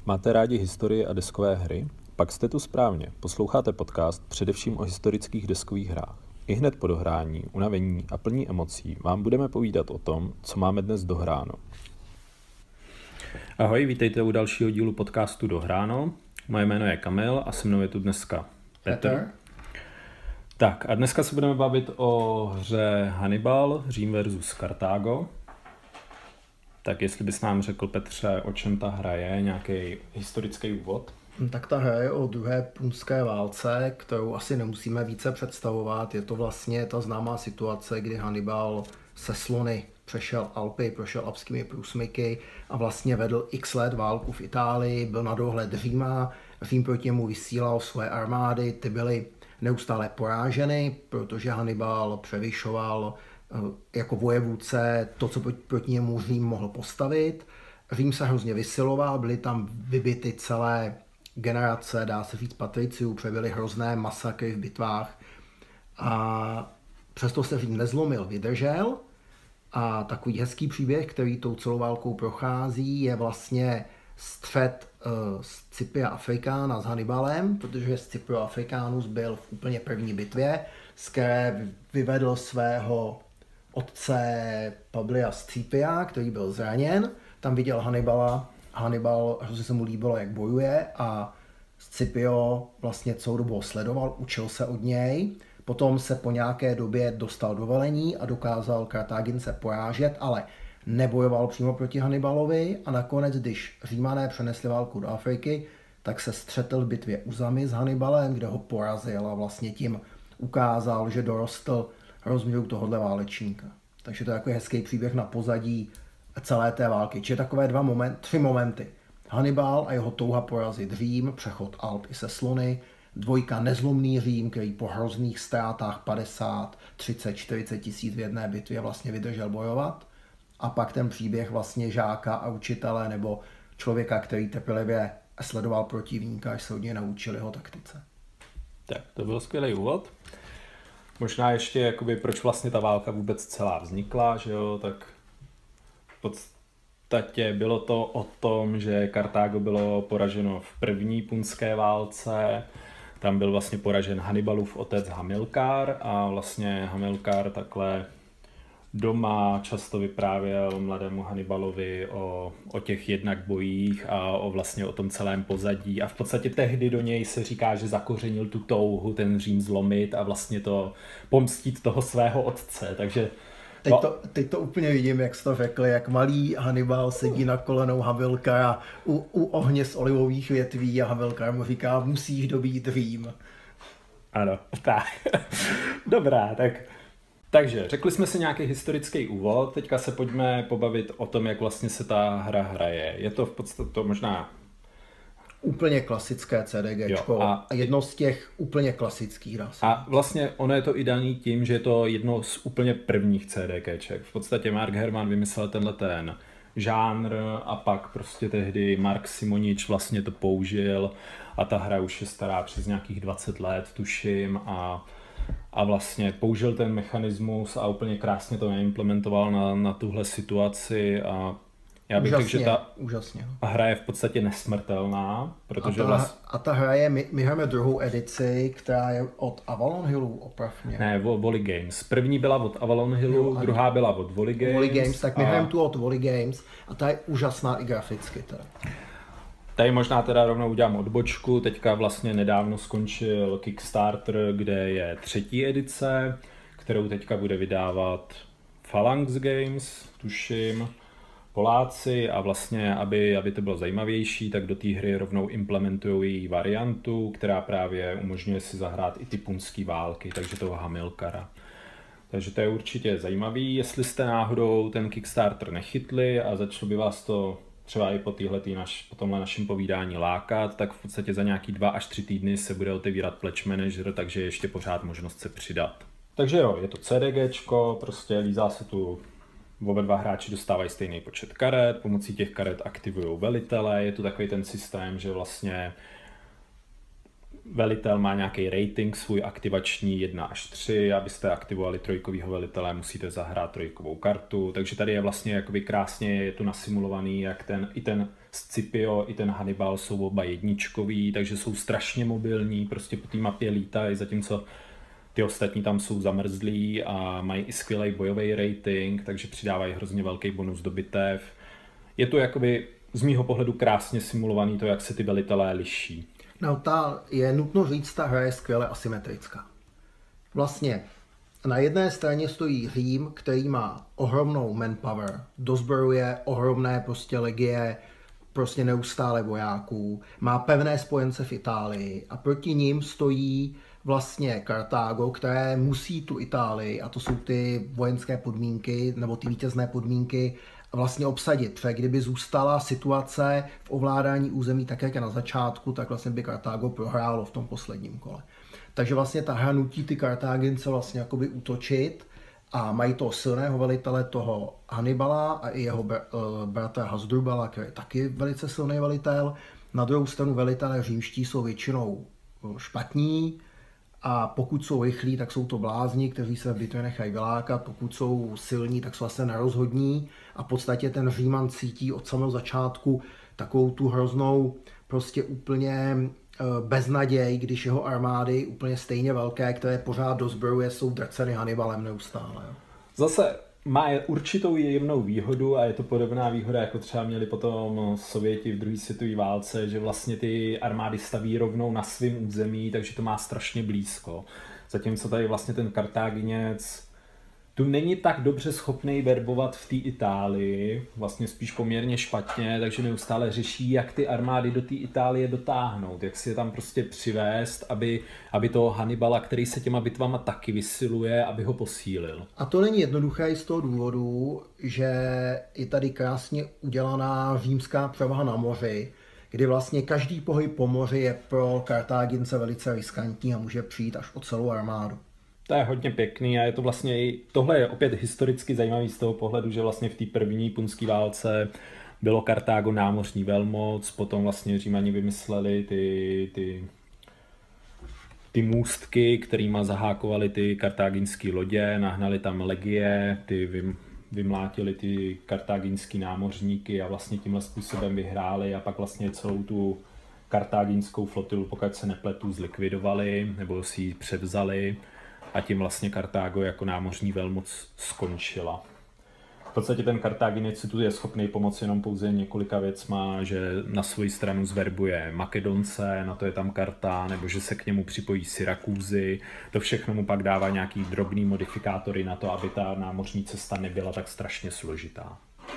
Máte rádi historii a deskové hry? Pak jste tu správně. Posloucháte podcast především o historických deskových hrách. Ihned po dohrání, unavení a plní emocí vám budeme povídat o tom, co máme dnes dohráno. Ahoj, vítejte u dalšího dílu podcastu Dohráno. Moje jméno je Kamil a se mnou je tu dneska Petr. Tak a dneska se budeme bavit o hře Hannibal, Řím versus Kartágo. Tak jestli bys nám řekl, Petře, o čem ta hra je, nějaký historický úvod? Tak ta hra je o druhé punské válce, kterou asi nemusíme více představovat. Je to vlastně ta známá situace, kdy Hannibal se slony přešel Alpy, prošel alpskými průsmyky a vlastně vedl x let válku v Itálii, byl na dohled Říma, Řím proti němu vysílal své armády, ty byly neustále poráženy, protože Hannibal převyšoval jako vojevůdce to, co proti němu Řím mohl postavit. Řím se hrozně vysiloval, byly tam vybity celé generace, dá se říct, patriciů, přebyly hrozné masakry v bitvách a přesto se Řím nezlomil, vydržel. A takový hezký příběh, který tou celou válkou prochází, je vlastně střet Scipia Africana s Hannibalem, protože Scipio Africanus byl v úplně první bitvě, z které vyvedl svého otce Publia Scipia, který byl zraněn. Tam viděl Hannibala. Hannibal, hrozně se mu líbilo, jak bojuje, a Scipio vlastně celou dobu ho sledoval, učil se od něj. Potom se po nějaké době dostal do velení a dokázal Kartágince porážet, ale nebojoval přímo proti Hannibalovi a nakonec, když Římané přenesli válku do Afriky, tak se střetl v bitvě u Zamy s Hannibalem, kde ho porazil a vlastně tím ukázal, že dorostl rozměru tohohle válečníka. Takže to je jako hezký příběh na pozadí celé té války. Čiže takové tři momenty. Hannibal a jeho touha porazit Řím, přechod Alp i se slony, dvojka nezlomný Řím, který po hrozných ztrátách 50, 30, 40 tisíc v jedné bitvě vlastně vydržel bojovat. A pak ten příběh vlastně žáka a učitele nebo člověka, který trpělivě sledoval protivníka, až se od něj naučil jeho taktice. Tak, to byl skvělý úvod. Možná ještě, jakoby, proč vlastně ta válka vůbec celá vznikla, že jo, tak v podstatě bylo to o tom, že Kartágo bylo poraženo v první punské válce. Tam byl vlastně poražen Hannibalův otec Hamilkar a vlastně Hamilkar takhle doma často vyprávěl mladému Hannibalovi o těch jednak bojích a vlastně o tom celém pozadí. A v podstatě tehdy do něj se říká, že zakořenil tu touhu ten Řím zlomit a vlastně to pomstit toho svého otce. Takže Teď to úplně vidím, jak jsi to řekl, jak malý Hannibal sedí na kolenou Hamilkara u ohně z olivových větví a Hamilkar mu říká, musíš dobít Řím. Ano, tak. Dobrá, takže řekli jsme si nějaký historický úvod, teďka se pojďme pobavit o tom, jak vlastně se ta hra hraje. Je to v podstatě to možná úplně klasické CDGčko a jedno z těch úplně klasických hra. A vlastně ono je to i daný tím, že je to jedno z úplně prvních CDGček. V podstatě Mark Herman vymyslel ten žánr a pak prostě tehdy Mark Simonič vlastně to použil a ta hra už je stará přes nějakých 20 let, tuším, a vlastně použil ten mechanismus a úplně krásně to implementoval na tuhle situaci a já bych řekl, že ta hra je v podstatě nesmrtelná, protože a ta hra je, my hrajeme druhou edici, která je od Avalon Hillu, opravně. Ne, Volley Games. První byla od Avalon Hillu, druhá byla od Volley Games. Tak my hrajeme tu od Volley Games a ta je úžasná i graficky teda. Tady možná teda rovnou udělám odbočku, teďka vlastně nedávno skončil Kickstarter, kde je třetí edice, kterou teďka bude vydávat Phalanx Games, tuším, Poláci, a vlastně, aby to bylo zajímavější, tak do té hry rovnou implementují variantu, která právě umožňuje si zahrát i ty punské války, takže toho Hamilkara. Takže to je určitě zajímavý, jestli jste náhodou ten Kickstarter nechytli a začalo by vás to třeba i po tomhle našem povídání lákat, tak v podstatě za nějaký 2 až 3 týdny se bude otevírat Pledge Manager, takže je ještě pořád možnost se přidat. Takže jo, je to CDGčko, prostě lízá se tu, oba dva hráči dostávají stejný počet karet, pomocí těch karet aktivují velitele, je tu takový ten systém, že vlastně velitel má nějaký rating svůj aktivační 1 až 3, abyste aktivovali trojkovýho velitele, musíte zahrát trojkovou kartu, takže tady je vlastně jakoby krásně je to nasimulovaný, jak i ten Scipio, i ten Hannibal jsou oba jedničkový, takže jsou strašně mobilní, prostě po té mapě lítají, zatímco ty ostatní tam jsou zamrzlí a mají i skvělý bojový rating, takže přidávají hrozně velký bonus do bitev. Je to jakoby z mýho pohledu krásně simulovaný to, jak se ty velitelé liší. No, je nutno říct, ta hra je skvěle asymetrická. Vlastně na jedné straně stojí Řím, který má ohromnou manpower, dozbrojuje ohromné prostě legie, prostě neustále vojáků, má pevné spojence v Itálii a proti ním stojí vlastně Kartágo, které musí tu Itálii, a to jsou ty vojenské podmínky nebo ty vítězné podmínky, vlastně obsadit, protože kdyby zůstala situace v ovládání území tak, jak je na začátku, tak vlastně by Kartágo prohrálo v tom posledním kole. Takže vlastně ta hra nutí ty Kartágince vlastně jakoby útočit a mají toho silného velitele, toho Hannibala a i jeho bratra Hasdrubala, který je taky velice silný velitel. Na druhou stranu velitelé římští jsou většinou špatní, a pokud jsou rychlí, tak jsou to blázni, kteří se v bitvě nechají vylákat, pokud jsou silní, tak jsou vlastně nerozhodní a v podstatě ten Říman cítí od samého začátku takovou tu hroznou prostě úplně beznaděj, když jeho armády úplně stejně velké, které pořád dozbrojuje, jsou drceny Hannibalem neustále. Jo. Zase má určitou jemnou výhodu a je to podobná výhoda, jako třeba měli potom Sověti v druhé světové válce, že vlastně ty armády staví rovnou na svém území, takže to má strašně blízko. Zatímco tady vlastně ten Kartáginec tu není tak dobře schopný verbovat v té Itálii, vlastně spíš poměrně špatně, takže neustále řeší, jak ty armády do té Itálie dotáhnout, jak si je tam prostě přivést, aby toho Hannibala, který se těma bitvama taky vysiluje, aby ho posílil. A to není jednoduché z toho důvodu, že je tady krásně udělaná římská převaha na moři, kdy vlastně každý pohyb po moři je pro Kartágince velice riskantní a může přijít až o celou armádu. To je hodně pěkný a je to vlastně, tohle je opět historicky zajímavý z toho pohledu, že vlastně v té první punské válce bylo Kartágo námořní velmoc, potom vlastně Římani vymysleli ty můstky, kterýma zahákovali ty kartáginské lodě, nahnali tam legie, vymlátili ty kartáginský námořníky a vlastně tímhle způsobem vyhráli a pak vlastně celou tu kartáginskou flotilu, pokud se nepletu, zlikvidovali nebo si ji převzali. A tím vlastně Kartágo jako námořní velmoc skončila. V podstatě ten Kartáginec si tu je schopný pomoci jenom pouze několika věcma, že na svoji stranu zverbuje Makedonce, na to je tam Karta, nebo že se k němu připojí Syrakúzy. To všechno mu pak dává nějaký drobný modifikátory na to, aby ta námořní cesta nebyla tak strašně složitá.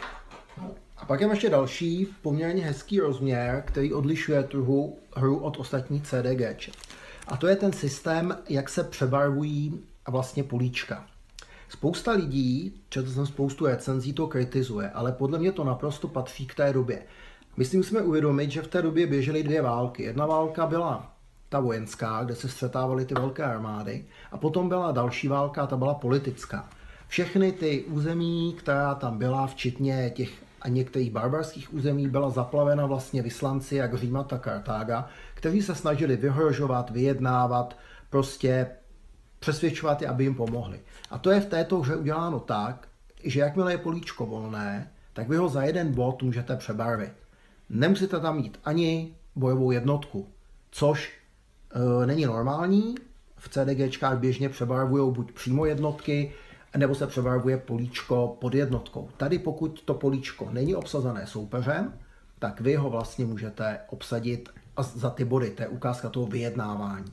A pak je ještě další poměrně hezký rozměr, který odlišuje tu hru od ostatních CDGček. A to je ten systém, jak se přebarvují vlastně políčka. Spousta lidí, četl jsem spoustu recenzí, to kritizuje, ale podle mě to naprosto patří k té době. My si musíme uvědomit, že v té době běžely dvě války. Jedna válka byla ta vojenská, kde se střetávaly ty velké armády, a potom byla další válka, ta byla politická. Všechny ty území, která tam byla, včetně těch a některých barbarských území, byla zaplavena vlastně vyslanci jak Říma, tak Kartága, kteří se snažili vyhrožovat, vyjednávat, prostě přesvědčovat je, aby jim pomohli. A to je v této hře uděláno tak, že jakmile je políčko volné, tak vy ho za jeden bod můžete přebarvit. Nemusíte tam mít ani bojovou jednotku, což není normální. V CDGčkách běžně přebarvují buď přímo jednotky, nebo se přebarvuje políčko pod jednotkou. Tady pokud to políčko není obsazené soupeřem, tak vy ho vlastně můžete obsadit za ty body, to je ukázka toho vyjednávání.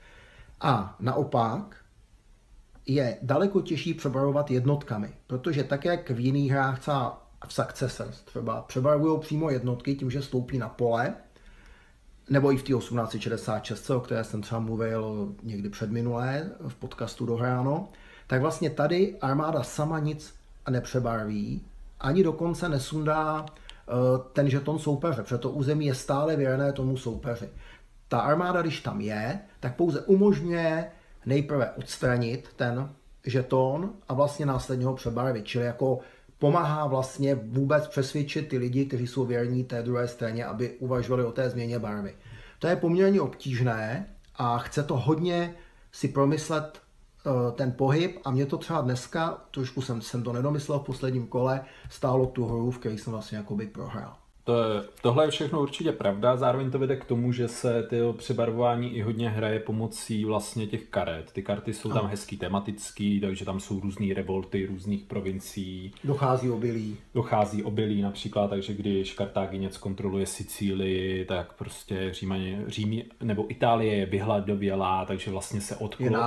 A naopak je daleko těžší přebarvovat jednotkami, protože tak jak v jiných hrách, třeba v Successors třeba přebarvují přímo jednotky tím, že stoupí na pole, nebo i v té 1866, o které jsem třeba mluvil někdy předminulé v podcastu Dohráno, tak vlastně tady armáda sama nic nepřebarví, ani dokonce nesundá ten žeton soupeře, protože to území je stále věrné tomu soupeři. Ta armáda, když tam je, tak pouze umožňuje nejprve odstranit ten žeton a vlastně následně ho přebarvit, čili jako pomáhá vlastně vůbec přesvědčit ty lidi, kteří jsou věrní té druhé straně, aby uvažovali o té změně barvy. To je poměrně obtížné a chce to hodně si promyslet ten pohyb a mě to třeba dneska, trošku jsem to nedomyslel v posledním kole, stálo tu hru, v které jsem vlastně jakoby prohrál. Tohle je všechno určitě pravda, zároveň to vede k tomu, že se ty přebarvování i hodně hraje pomocí vlastně těch karet. Ty karty jsou tam hezký tematický, takže tam jsou různý revolty různých provincií. Dochází obilí například, takže když Kartáginec kontroluje Sicílii, tak prostě Řím nebo Itálie je vyhladovělá, takže vlastně se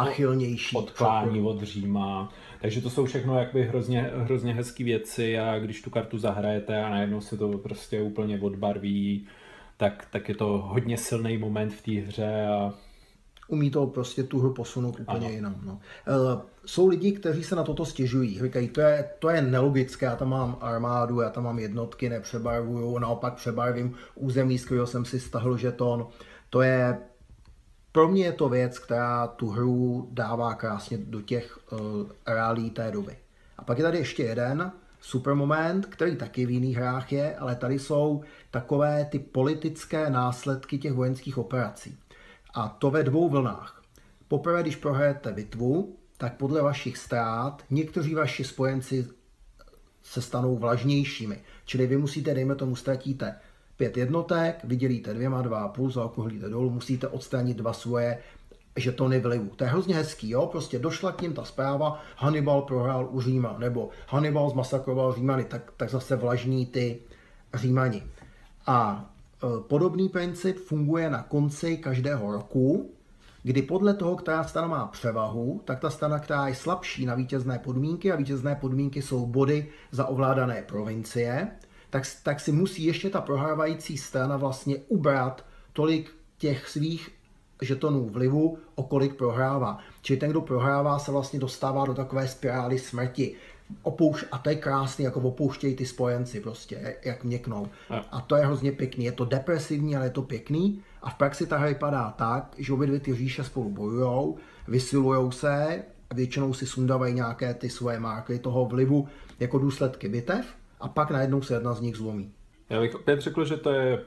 odklání od Říma. Takže to jsou všechno jakoby hrozně hezký věci a když tu kartu zahrajete a najednou se to prostě úplně odbarví, tak je to hodně silný moment v té hře a umí to prostě tu hru posunout úplně jinam. No. Jsou lidi, kteří se na toto stěžují. Říkají, to je nelogické, já tam mám armádu, já tam mám jednotky, nepřebarvuju, naopak přebarvím území, z kterého jsem si stahl žeton. Pro mě je to věc, která tu hru dává krásně do těch reálí té doby. A pak je tady ještě jeden super moment, který taky v jiných hrách je, ale tady jsou takové ty politické následky těch vojenských operací. A to ve dvou vlnách. Poprvé, když prohrajete bitvu, tak podle vašich ztrát někteří vaši spojenci se stanou vlažnějšími. Čili vy musíte, dejme tomu, ztratíte 5 jednotek, vydělíte 2+2+, zaokrouhlíte dolů, musíte odstranit 2 svoje žetony vlivu. To je hrozně hezký, jo? Prostě došla k ním ta zpráva, Hannibal prohrál u Říma, nebo Hannibal zmasakroval Římany, tak zase vlažní ty Římani. A podobný princip funguje na konci každého roku, kdy podle toho, která strana má převahu, tak ta strana, která je slabší na vítězné podmínky, a vítězné podmínky jsou body za ovládané provincie, tak si musí ještě ta prohrávající strana vlastně ubrat tolik těch svých žetonů vlivu, o kolik prohrává. Čili ten, kdo prohrává, se vlastně dostává do takové spirály smrti. A to je krásný, jako opouštějí ty spojenci prostě, jak měknou. A to je hrozně pěkný. Je to depresivní, ale je to pěkný. A v praxi ta hra vypadá tak, že obě dvě ty říše spolu bojujou, vysilujou se, a většinou si sundávají nějaké ty svoje marky toho vlivu jako důsledky bitev a pak najednou se jedna z nich zlomí. Já bych opět řekl, že to je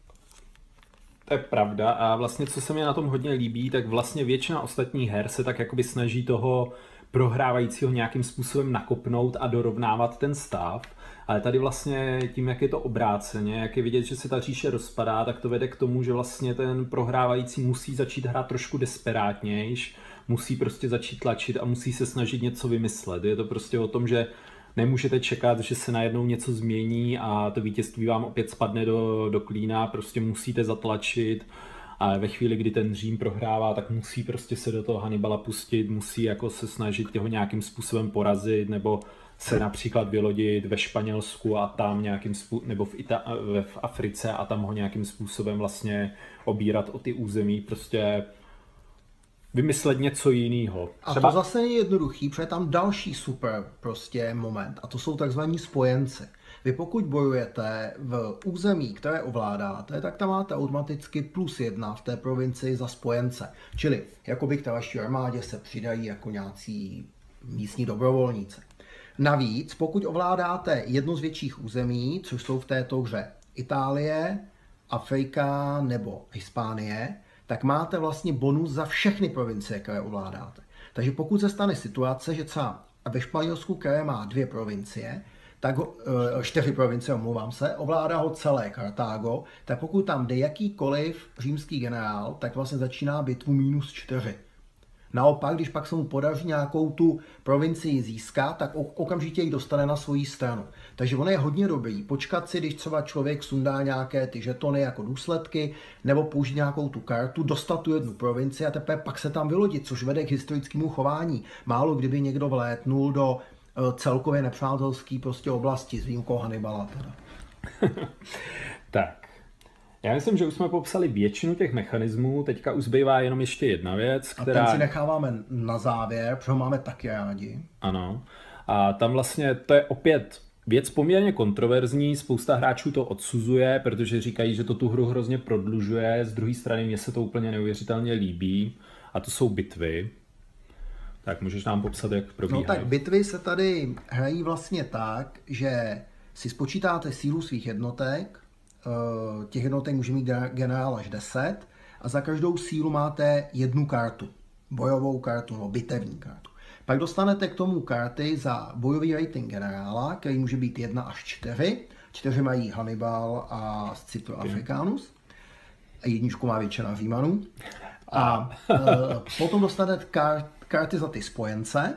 pravda a vlastně co se mi na tom hodně líbí, tak vlastně většina ostatních her se tak jakoby snaží toho prohrávajícího nějakým způsobem nakopnout a dorovnávat ten stav, ale tady vlastně tím, jak je to obráceně, jak je vidět, že se ta říše rozpadá, tak to vede k tomu, že vlastně ten prohrávající musí začít hrát trošku desperátnějš, musí prostě začít tlačit a musí se snažit něco vymyslet. Je to prostě o tom, že nemůžete čekat, že se najednou něco změní a to vítězství vám opět spadne do klína, prostě musíte zatlačit. A ve chvíli, kdy ten Řím prohrává, tak musí prostě se do toho Hannibala pustit, musí jako se snažit ho nějakým způsobem porazit, nebo se například vylodit ve Španělsku a tam nějakým nebo v Africe a tam ho nějakým způsobem vlastně obírat o ty území, prostě vymyslet něco jiného. A to zase není jednoduchý, protože je tam další super prostě moment a to jsou takzvaní spojenci. Vy pokud bojujete v území, které ovládáte, tak tam máte automaticky +1 v té provincii za spojence. Čili jakoby k té vaší armádě se přidají jako nějací místní dobrovolníci. Navíc, pokud ovládáte jedno z větších území, což jsou v této hře Itálie, Afrika nebo Hispánie, tak máte vlastně bonus za všechny provincie, které ovládáte. Takže pokud se stane situace, že třeba ve Španělsku, které má 2 provincie, tak 4 provincie, omlouvám se, ovládá ho celé Kartágo, tak pokud tam jde jakýkoliv římský generál, tak vlastně začíná bitvu -4. Naopak, když pak se mu podaří nějakou tu provincii získat, tak okamžitě ji dostane na svoji stranu. Takže ono je hodně dobrý počkat si, když třeba člověk sundá nějaké ty žetony jako důsledky, nebo použít nějakou tu kartu, dostat tu jednu provincii a teprve pak se tam vylodit, což vede k historickému chování. Málo kdyby někdo vlétnul do celkově nepřátelský prostě oblasti s výjimkou Hannibala teda. Tak. Já myslím, že už jsme popsali většinu těch mechanismů, teďka už zbývá jenom ještě jedna věc, která... A ten si necháváme na závěr, protože ho máme taky rádi. Ano. A tam vlastně to je opět věc poměrně kontroverzní, spousta hráčů to odsuzuje, protože říkají, že to tu hru hrozně prodlužuje, z druhé strany mně se to úplně neuvěřitelně líbí, a to jsou bitvy. Tak můžeš nám popsat, jak probíhají? No tak bitvy se tady hrají vlastně tak, že si spočítáte sílu svých jednotek, těch jednotek může mít generál až 10 a za každou sílu máte jednu kartu. Bojovou kartu nebo bitevní kartu. Pak dostanete k tomu karty za bojový rating generála, který může být 1 až 4. 4 mají Hannibal a Scipio Africanus. A 1 má většina Římanů. A potom dostanete karty za ty spojence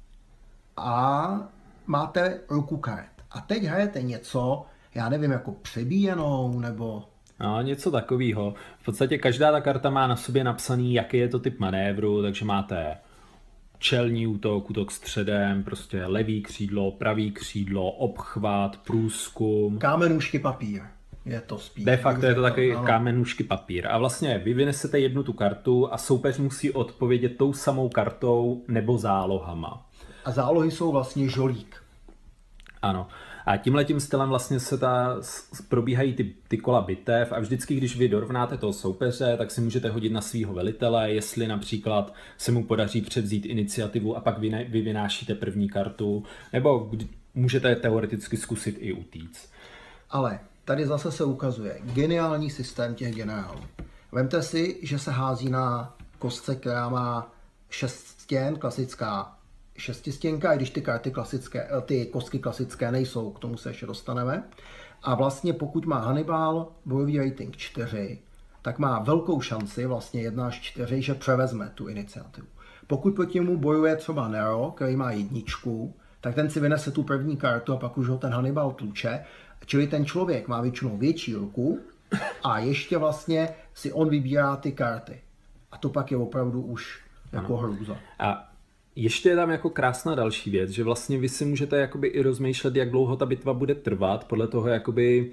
a máte ruku karet. A teď hrajete něco, já nevím, jako přebíjenou nebo... No, něco takového. V podstatě každá ta karta má na sobě napsaný, jaký je to typ manévru, takže máte čelní útok, útok středem, prostě levý křídlo, pravý křídlo, obchvat, průzkum. Kámen, nůžky, papír. Je to spíš. De facto je to takový kámen, nůžky, papír. A vlastně vy vynesete jednu tu kartu a soupeř musí odpovědět tou samou kartou nebo zálohama. A zálohy jsou vlastně žolík. Ano. A tímhletím stylem vlastně se probíhají ty kola bitev a vždycky, když vy dorovnáte toho soupeře, tak si můžete hodit na svého velitele, jestli například se mu podaří převzít iniciativu a pak vy vynášíte první kartu, nebo můžete teoreticky zkusit i utíct. Ale tady zase se ukazuje geniální systém těch generálů. Vemte si, že se hází na kostce, která má 6 stěn, klasická šestistěnka, i když ty karty klasické, ty kostky klasické nejsou, k tomu se ještě dostaneme. A vlastně pokud má Hannibal bojový rating 4, tak má velkou šanci, vlastně 1 až 4, že převezme tu iniciativu. Pokud proti němu bojuje třeba Nero, který má 1, tak ten si vynese tu první kartu a pak už ho ten Hannibal tluče. Čili ten člověk má většinou větší ruku a ještě vlastně si on vybírá ty karty. A to pak je opravdu už jako hrůza. A ještě je tam jako krásná další věc, že vlastně vy si můžete jakoby i rozmýšlet, jak dlouho ta bitva bude trvat, podle toho jakoby,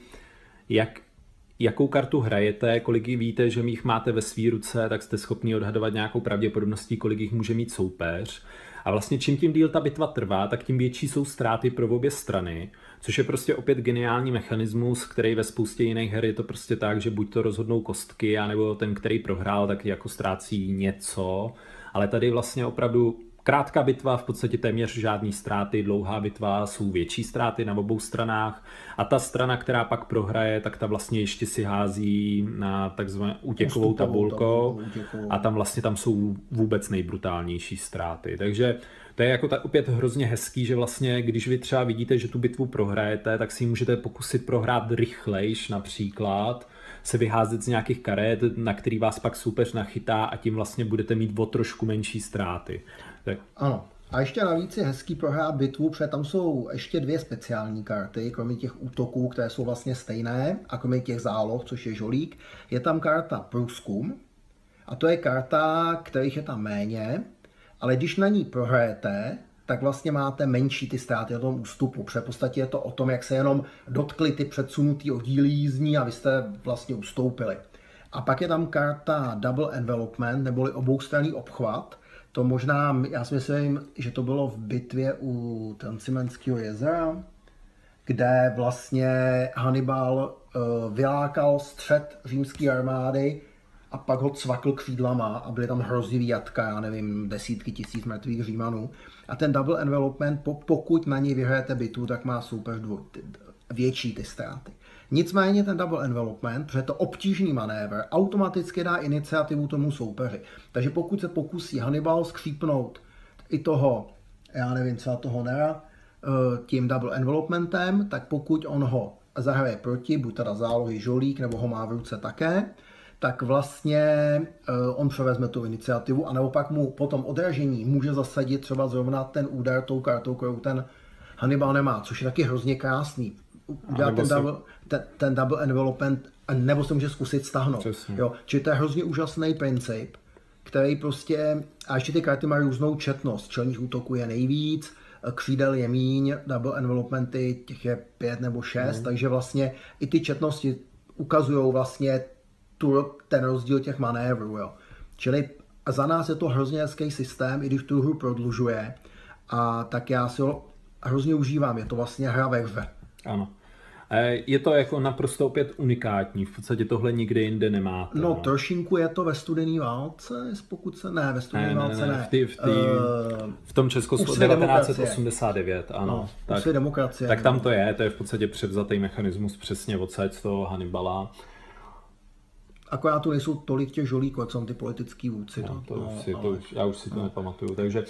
jakou kartu hrajete, kolik víte, že jich máte ve svý ruce, tak jste schopni odhadovat nějakou pravděpodobností, kolik jich může mít soupeř. A vlastně čím tím díl ta bitva trvá, tak tím větší jsou ztráty pro obě strany, což je prostě opět geniální mechanismus, který ve spoustě jiných her je to prostě tak, že buď to rozhodnou kostky, anebo ten, který prohrál, tak jako ztrácí něco, ale tady vlastně opravdu krátká bitva, v podstatě téměř žádný ztráty, dlouhá bitva, jsou větší ztráty na obou stranách a ta strana, která pak prohraje, tak ta vlastně ještě si hází na takzvanou útěkovou tabulkou a tam vlastně tam jsou vůbec nejbrutálnější ztráty. Takže to je jako opět hrozně hezký, že vlastně, když vy třeba vidíte, že tu bitvu prohrajete, tak si ji můžete pokusit prohrát rychlejš například, se vyházet z nějakých karet, na který vás pak soupeř nachytá a tím vlastně budete mít o trošku menší ztráty. Tak. Ano. A ještě navíc je hezký prohrát bitvu, protože tam jsou ještě 2 speciální karty, kromě těch útoků, které jsou vlastně stejné, a kromě těch záloh, což je žolík, je tam karta průzkum. A to je karta, kterých je tam méně, ale když na ní prohrajete, tak vlastně máte menší ty ztráty na tom ústupu. Protože v podstatě je to o tom, jak se jenom dotkly ty předsunutý oddíly jízdní a vy jste vlastně ustoupili. A pak je tam karta Double Envelopment, neboli oboustranný obchvat. To možná, já si myslím, že to bylo v bitvě u Trancimenského jezera, kde vlastně Hannibal vylákal střed římské armády a pak ho cvakl křídlama a byly tam hrozivý jatka, já nevím, desítky tisíc mrtvých Římanů. A ten double envelopment, pokud na něj vyhrajete bitvu, tak má soupeř větší ty ztráty. Nicméně ten double envelopment, protože je to obtížný manévr, automaticky dá iniciativu tomu soupeři. Takže pokud se pokusí Hannibal skřípnout i toho, já nevím, třeba toho Nera, tím double envelopementem, tak pokud on ho zahraje proti, buď teda zálohy žolík, nebo ho má v ruce také, tak vlastně on převezme tu iniciativu a nebo pak mu po tom odražení může zasadit třeba zrovna ten úder tou kartou, kterou ten Hannibal nemá, což je taky hrozně krásný. Udělat ten double envelopment, nebo se může zkusit stáhnout. Jo, čili to je hrozně úžasný princip, který prostě, a ještě ty karty mají různou četnost, čelních útoků je nejvíc, křídel je míň, double envelopementy těch je 5 nebo 6, takže vlastně i ty četnosti ukazují vlastně ten rozdíl těch manévrů. Jo. Čili za nás je to hrozně hezký systém, i když tu hru prodlužuje, a tak já si ho hrozně užívám, je to vlastně hra ve hře. Ano. Je to jako naprosto opět unikátní, v podstatě tohle nikde jinde nemáte. No, trošinku je to ve studené válce, pokud se... Ne, ve studené válce ne. V tom Československu 1989, ano. No, tak, demokracie. Tak tam to je v podstatě převzatý mechanismus přesně odsaď z toho Hannibala. Akorát tu nejsou tolik těch žolíků, jak jsou ty politický vůdci. Já už si to nepamatuju,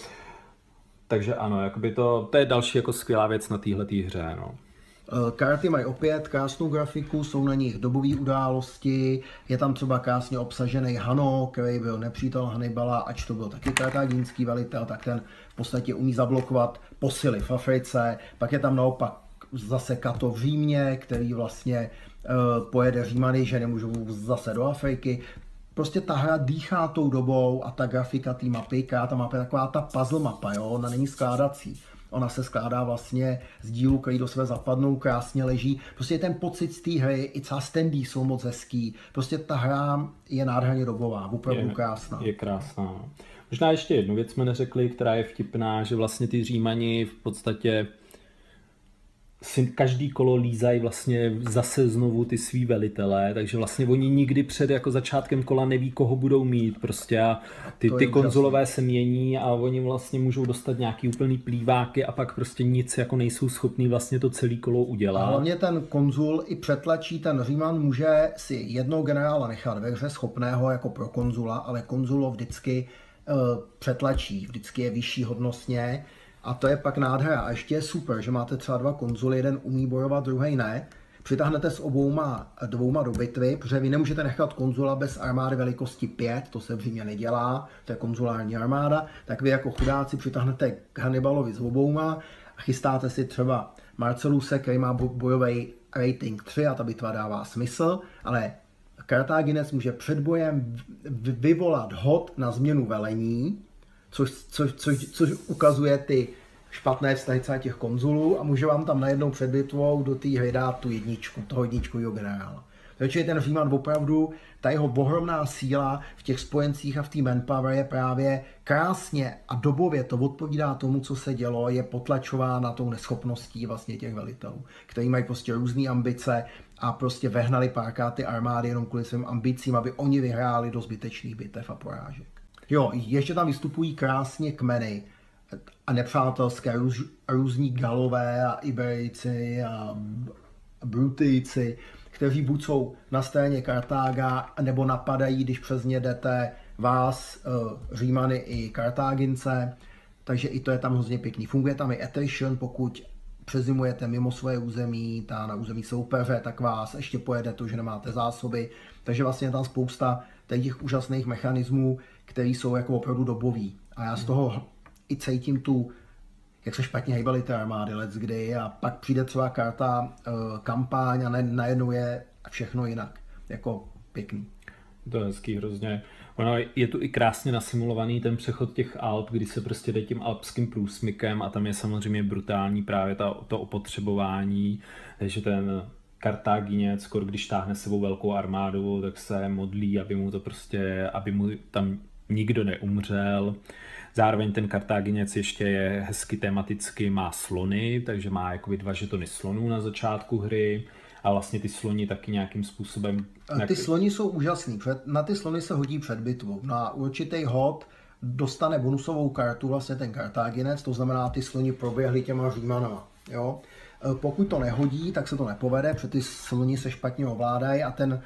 takže ano, jakoby to je další jako skvělá věc na téhletý hře, no. Karty mají opět krásnou grafiku, jsou na nich dobové události, je tam třeba krásně obsažený Hanno, který byl nepřítel Hannibala, ač to byl taky kartáginský velitel, tak ten v podstatě umí zablokovat posily v Africe, pak je tam naopak zase Kato v Římě, který vlastně pojede Římany, že nemůžou zase do Afriky. Prostě ta hra dýchá tou dobou a ta grafika té mapy, ta mapa je taková ta puzzle mapa, jo? Ona není skládací. Ona se skládá vlastně z dílů, který do sebe zapadnou, krásně leží. Prostě ten pocit z té hry, i třeba standy jsou moc hezký. Prostě ta hra je nádherně dobová, opravdu krásná. Je krásná. Možná ještě jednu věc jsme neřekli, která je vtipná, že vlastně ty Římani v podstatě si každý kolo lízají vlastně zase znovu ty svý velitelé, takže vlastně oni nikdy před jako začátkem kola neví, koho budou mít prostě a ty konzolové se mění a oni vlastně můžou dostat nějaký úplný plýváky a pak prostě nic jako nejsou schopní vlastně to celý kolo udělat. A hlavně ten konzul i přetlačí, ten Říman může si jednoho generála nechat ve hře schopného jako pro konzula, ale konzulo vždycky přetlačí, vždycky je vyšší hodnostně. A to je pak nádhera. A ještě je super, že máte třeba dva konzuly, jeden umí bojovat, druhý ne. Přitáhnete s dvouma do bitvy, protože vy nemůžete nechat konzula bez armády velikosti 5, to se v Římě nedělá, to je konzulární armáda, tak vy jako chudáci přitáhnete k Hannibalovi s obouma a chystáte si třeba Marcelluse, který má bojový rating 3 a ta bitva dává smysl, ale Kartáginec může před bojem vyvolat hod na změnu velení, což ukazuje ty špatné vztahy těch konzulů a může vám tam najednou před bitvou do té hry dát tu jedničku, toho jedničkového generála. Takže ten Říman opravdu, ta jeho ohromná síla v těch spojencích a v té manpower je právě krásně a dobově to odpovídá tomu, co se dělo, je potlačována tou neschopností vlastně těch velitelů, kteří mají prostě různé ambice a prostě vehnali párkrát ty armády jenom kvůli svým ambicím, aby oni vyhráli do zbytečných bitev a porážek. Jo, ještě tam vystupují krásně kmeny a nepřátelské různí Galové a Iberejci a Brutijci, kteří buď jsou na straně Kartága, nebo napadají, když přes ně jdete vás, Římany i Kartágince, takže i to je tam hrozně pěkný. Funguje tam i attrition, pokud přezimujete mimo svoje území, na území soupeře, tak vás ještě pojede to, že nemáte zásoby, takže vlastně je tam spousta těch úžasných mechanismů, které jsou jako opravdu dobový. A já z toho i cítím tu, jak se špatně hejbaly ty armády leckdy a pak přijde třeba karta kampaň a najednou je všechno jinak. Jako pěkný. To je hezký hrozně. Ono je tu i krásně nasimulovaný ten přechod těch Alp, kdy se prostě jde tím alpským průsmykem a tam je samozřejmě brutální právě to opotřebování, že ten Kartáginec, když táhne sebou velkou armádu, tak se modlí, aby mu tam nikdo neumřel. Zároveň ten Kartáginec ještě je hezky tematicky, má slony, takže má jakoby 2 žetony slonů na začátku hry a vlastně ty sloni taky nějakým způsobem... Ty sloni jsou úžasný, na ty slony se hodí před bitvou. Na určitý hod dostane bonusovou kartu vlastně ten Kartáginec, to znamená, ty sloni proběhly těma Římanama. Jo? Pokud to nehodí, tak se to nepovede, protože ty sloni se špatně ovládají a ten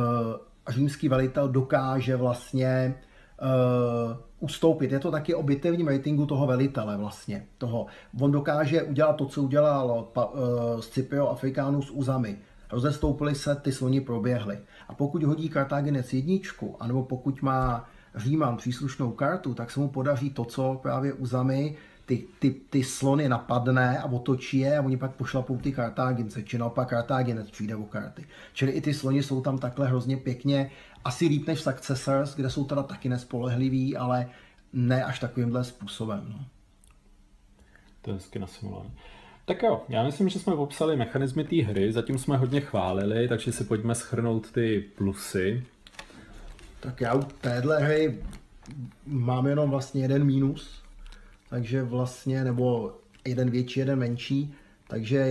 římský velitel dokáže vlastně ustoupit. Je to taky o bitevním ratingu toho velitele vlastně. On dokáže udělat to, co udělal Scipio Africanus Uzami. Rozestoupili se, ty sloni proběhly. A pokud hodí Kartáginec jedničku, anebo pokud má Říman příslušnou kartu, tak se mu podaří to, co právě Uzami ty slony napadne a otočí je a oni pak pošlapou ty Kartágince, či naopak Kartáginec přijde o karty. Čili i ty sloni jsou tam takhle hrozně pěkně, asi líp než v Successors, kde jsou teda taky nespolehliví, ale ne až takovýmhle způsobem. No. To je hezky nasimulované. Tak jo, já myslím, že jsme popsali mechanismy té hry, zatím jsme hodně chválili, takže si pojďme shrnout ty plusy. Tak já u téhle hry mám jenom vlastně jeden mínus, takže vlastně, nebo jeden větší, jeden menší, takže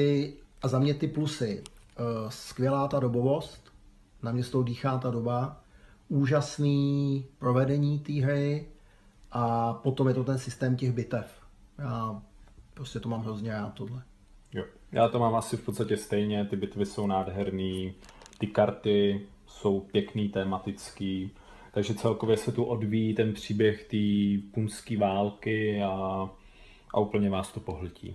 a za mě ty plusy, skvělá ta dobovost, na mě z toho dýchá ta doba, úžasný provedení té hry a potom je to ten systém těch bitev. Já prostě to mám hrozně rád tohle. Jo, já to mám asi v podstatě stejně, ty bitvy jsou nádherný, ty karty jsou pěkný, tematický, takže celkově se tu odvíjí ten příběh té punské války a úplně vás to pohltí.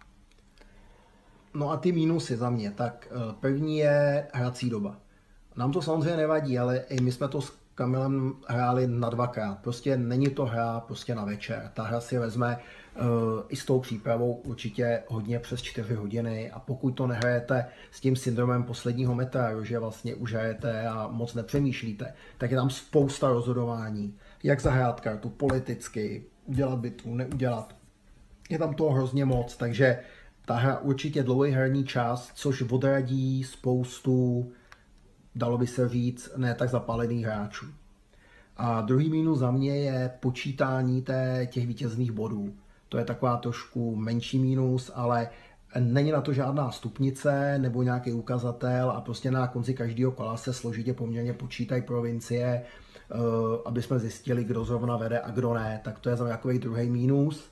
No a ty mínusy za mě, tak první je hrací doba. Nám to samozřejmě nevadí, ale i my jsme to s Kamilem hráli na 2x. Prostě není to hra prostě na večer. Ta hra si vezme i s tou přípravou určitě hodně přes 4 hodiny a pokud to nehrajete s tím syndromem posledního metra, že vlastně už hrajete a moc nepřemýšlíte, tak je tam spousta rozhodování. Jak zahrát kartu politicky, udělat bitvu, neudělat. Je tam toho hrozně moc, takže ta hra určitě dlouhý herní čas, což odradí spoustu, dalo by se říct, ne tak zapálených hráčů. A druhý mínus za mě je počítání těch vítězných bodů. To je taková trošku menší mínus, ale není na to žádná stupnice nebo nějaký ukazatel a prostě na konci každého kola se složitě poměrně počítají provincie, aby jsme zjistili, kdo zrovna vede a kdo ne. Tak to je za mě takový druhý mínus.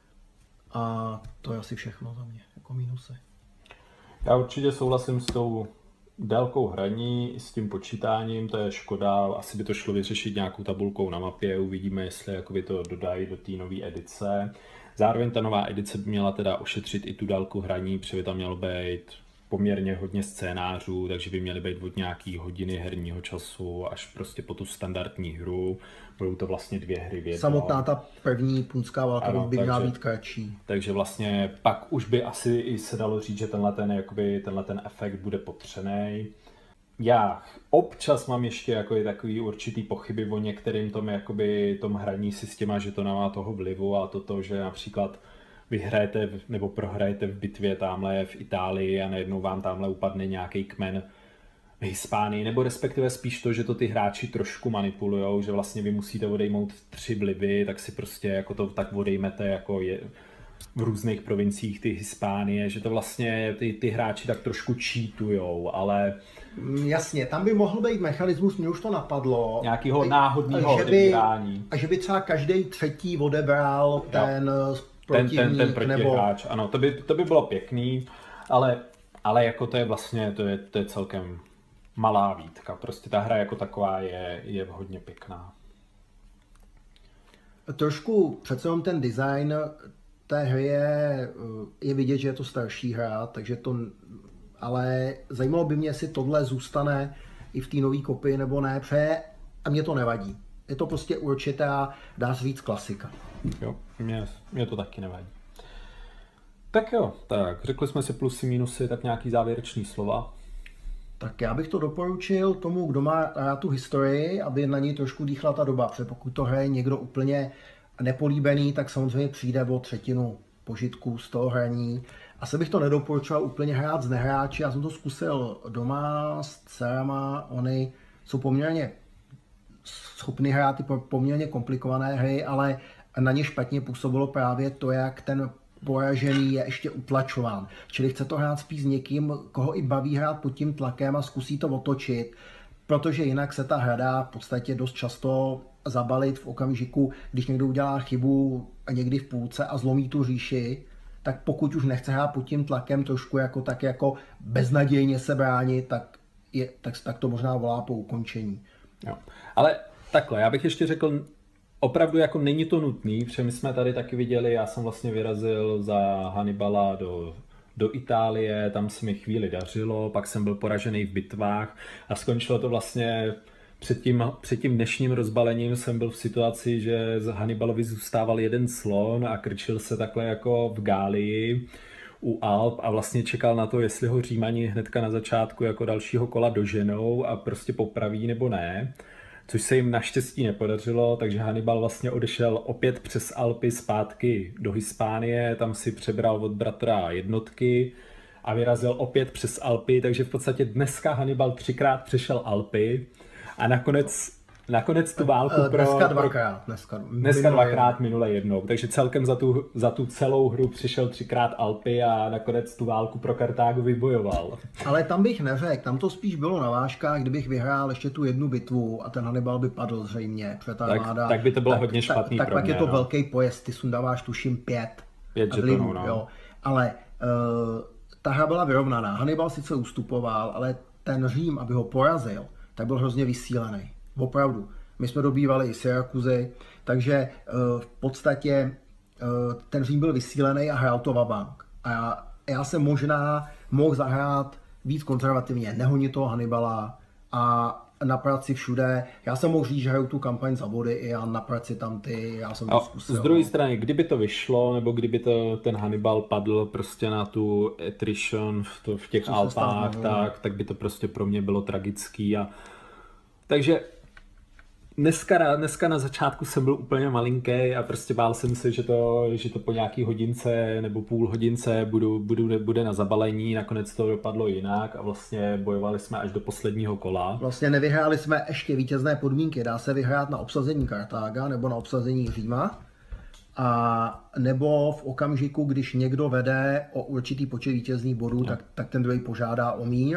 A to je asi všechno za mě, jako mínusy. Já určitě souhlasím s tou délkou hraní, s tím počítáním, to je škoda, asi by to šlo vyřešit nějakou tabulkou na mapě, uvidíme, jestli jakoby to dodají do té nové edice. Zároveň ta nová edice by měla teda ošetřit i tu délku hraní, protože by tam mělo být poměrně hodně scénářů, takže by měly být od nějaký hodiny herního času až prostě po tu standardní hru. Budou to vlastně 2 hry v jednom. Samotná ta první punská válka by měla být kratší. Takže vlastně pak už by asi i se dalo říct, že tenhle ten efekt bude popřenej. Já občas mám ještě takový určitý pochyby o některým tom hraní si s těma žetonama toho vlivu a toto, že například vyhrajete nebo prohrajete v bitvě tamhle v Itálii a najednou vám tamhle upadne nějaký kmen v Hispánii, nebo respektive spíš to, že to ty hráči trošku manipulujou, že vlastně vy musíte odejmout 3 vlivy, tak si prostě jako to tak odejmete jako je v různých provinciích ty Hispánie, že to vlastně ty hráči tak trošku cheatujou, ale... Jasně, tam by mohl být mechanismus, mě už to napadlo. Nějakého náhodného odebírání. A že by třeba každý třetí odebral ten protivník, ten protihráč, ano, to by bylo pěkný, ale jako to je vlastně, to je celkem malá výtka, prostě ta hra jako taková je hodně pěkná. Trošku přece jenom ten design té hry je vidět, že je to starší hra, takže to, ale zajímalo by mě, jestli tohle zůstane i v té nové kopii nebo ne, a mě to nevadí. Je to prostě určitá, dá se říct, klasika. Jo, mě to taky nevadí. Tak jo, tak řekli jsme si plusy, minusy, tak nějaký závěrečný slova. Tak já bych to doporučil tomu, kdo má rád tu historii, aby na něj trošku dýchla ta doba, protože pokud to hraje někdo úplně nepolíbený, tak samozřejmě přijde o 1/3 požitků z toho hraní. Asi bych to nedoporučoval úplně hrát z nehráči, já jsem to zkusil doma s dcerama, oni jsou poměrně schopni hrát ty poměrně komplikované hry, ale na ně špatně působilo právě to, jak ten poražený je ještě utlačován. Čili chce to hrát spíš s někým, koho i baví hrát pod tím tlakem a zkusí to otočit, protože jinak se ta hra dá v podstatě dost často zabalit v okamžiku, když někdo udělá chybu a někdy v půlce a zlomí tu říši, tak pokud už nechce hrát pod tím tlakem trošku jako beznadějně se bránit, tak to možná volá po ukončení. Jo. Ale takhle, já bych ještě řekl, opravdu jako není to nutný, protože my jsme tady taky viděli, já jsem vlastně vyrazil za Hannibala do Itálie, tam se mi chvíli dařilo, pak jsem byl poražený v bitvách a skončilo to vlastně před tím dnešním rozbalením jsem byl v situaci, že z Hannibalovi zůstával jeden slon a krčil se takhle jako v Gálii u Alp a vlastně čekal na to, jestli ho Římani hnedka na začátku jako dalšího kola doženou a prostě popraví nebo ne. Což se jim naštěstí nepodařilo, takže Hannibal vlastně odešel opět přes Alpy zpátky do Hispánie, tam si přebral od bratra jednotky a vyrazil opět přes Alpy, takže v podstatě dneska Hannibal 3krát přešel Alpy a nakonec tu válku dneska dvakrát, minule jednou, takže celkem za tu celou hru přišel 3krát Alpy a nakonec tu válku pro Kartágo vybojoval. Ale tam bych neřekl, tam to spíš bylo na vážkách, kdybych vyhrál ještě tu jednu bitvu a ten Hannibal by padl zřejmě, tak by to bylo hodně špatný tak pro pak mě, je to velký pojezd, ty sundáváš tuším 5 žetonů, no. Jo. Ale ta hra byla vyrovnaná, Hannibal sice ustupoval, ale ten Řím, aby ho porazil, tak byl hrozně vysílený. Opravdu. My jsme dobývali i Syrakuzy, takže v podstatě ten Řím byl vysílený a hrál to vabank. A já jsem možná mohl zahrát víc konzervativně, nehonit toho Hannibala a na práci všude. Já jsem mohl říct, že hraju tu kampaň za body i já na práci tam já jsem to zkusil. Z druhé strany, kdyby to vyšlo, nebo kdyby ten Hannibal padl prostě na tu attrition v těch Alpách, tak by to prostě pro mě bylo tragický. Takže dneska na začátku jsem byl úplně malinký a prostě bál jsem se, že to po nějaký hodince nebo půl hodince bude na zabalení, nakonec to dopadlo jinak a vlastně bojovali jsme až do posledního kola. Vlastně nevyhráli jsme ještě vítězné podmínky, dá se vyhrát na obsazení Kartága nebo na obsazení Říma, a nebo v okamžiku, když někdo vede o určitý počet vítězných bodů, tak ten druhý požádá o mír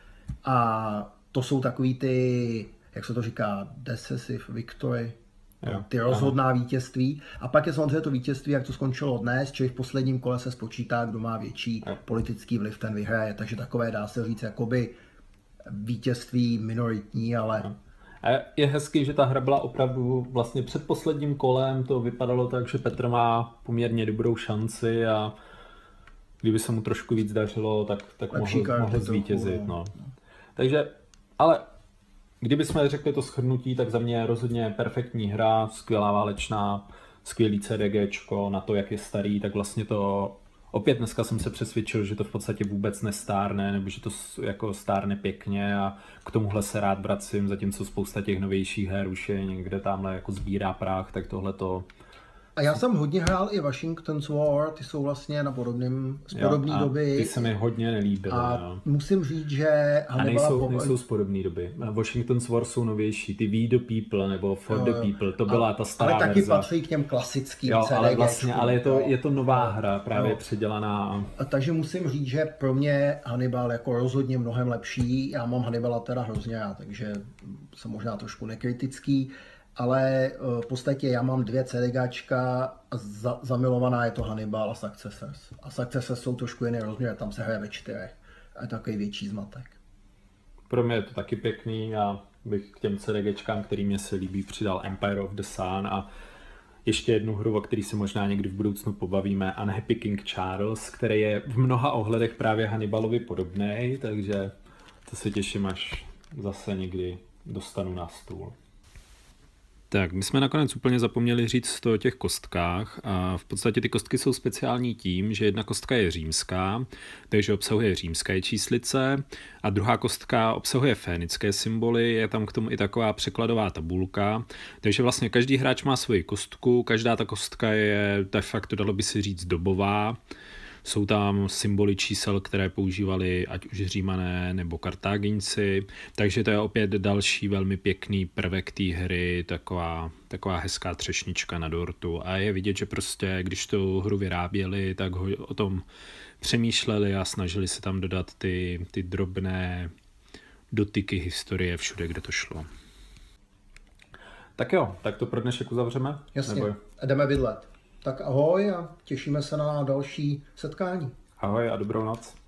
a to jsou takový ty, jak se to říká, decisive victory, ty rozhodná vítězství. A pak je samozřejmě to vítězství, jak to skončilo dnes, čili v posledním kole se spočítá, kdo má větší politický vliv, ten vyhraje. Takže takové, dá se říct, jakoby vítězství minoritní, ale... A je hezký, že ta hra byla opravdu vlastně před posledním kolem, to vypadalo tak, že Petr má poměrně dobrou šanci a kdyby se mu trošku víc dařilo, tak mohl zvítězit. No. Takže, ale kdybychom řekli to shrnutí, tak za mě je rozhodně perfektní hra, skvělá válečná, skvělý CDGčko, na to, jak je starý, tak vlastně to opět dneska jsem se přesvědčil, že to v podstatě vůbec nestárne, nebo že to jako stárne pěkně a k tomuhle se rád vracím, zatímco spousta těch novějších her už je někde tamhle jako sbírá prach, tak tohle to... A já jsem hodně hrál i Washington's War, ty jsou vlastně z podobné doby. Ty se mi hodně nelíbily. A musím říct, že nejsou z podobné doby. Washington's War jsou novější, ty We the People nebo For the People, to byla ta stará verze. Ale taky patří k těm klasickým CDGčkům. Ale je to nová hra, právě předělaná. Takže musím říct, že pro mě Hannibal jako rozhodně mnohem lepší. Já mám Hannibala teda hrozně rád, takže jsem možná trošku nekritický. Ale v podstatě já mám 2 CDGčka a zamilovaná je to Hannibal a Successors. A Successors jsou trošku jiný rozměr, tam se hraje ve 4. A je to takový větší zmatek. Pro mě je to taky pěkný, já bych k těm CDGčkám, který mě se líbí, přidal Empire of the Sun a ještě jednu hru, o který se možná někdy v budoucnu pobavíme, Unhappy King Charles, který je v mnoha ohledech právě Hannibalovi podobnej, takže to se těším, až zase někdy dostanu na stůl. Tak, my jsme nakonec úplně zapomněli říct o těch kostkách a v podstatě ty kostky jsou speciální tím, že jedna kostka je římská, takže obsahuje římské číslice a druhá kostka obsahuje fénické symboly, je tam k tomu i taková překladová tabulka, takže vlastně každý hráč má svoji kostku, každá ta kostka je de facto, dalo by se říct, dobová. Jsou tam symboly čísel, které používali ať už Římané nebo Kartáginci, takže to je opět další velmi pěkný prvek té hry, taková hezká třešnička na dortu a je vidět, že prostě když tu hru vyráběli, tak o tom přemýšleli a snažili se tam dodat ty drobné dotyky historie všude, kde to šlo. Tak jo, tak to pro dnešek uzavřeme? Jasně, nebo... jdeme bydlet. Tak ahoj a těšíme se na další setkání. Ahoj a dobrou noc.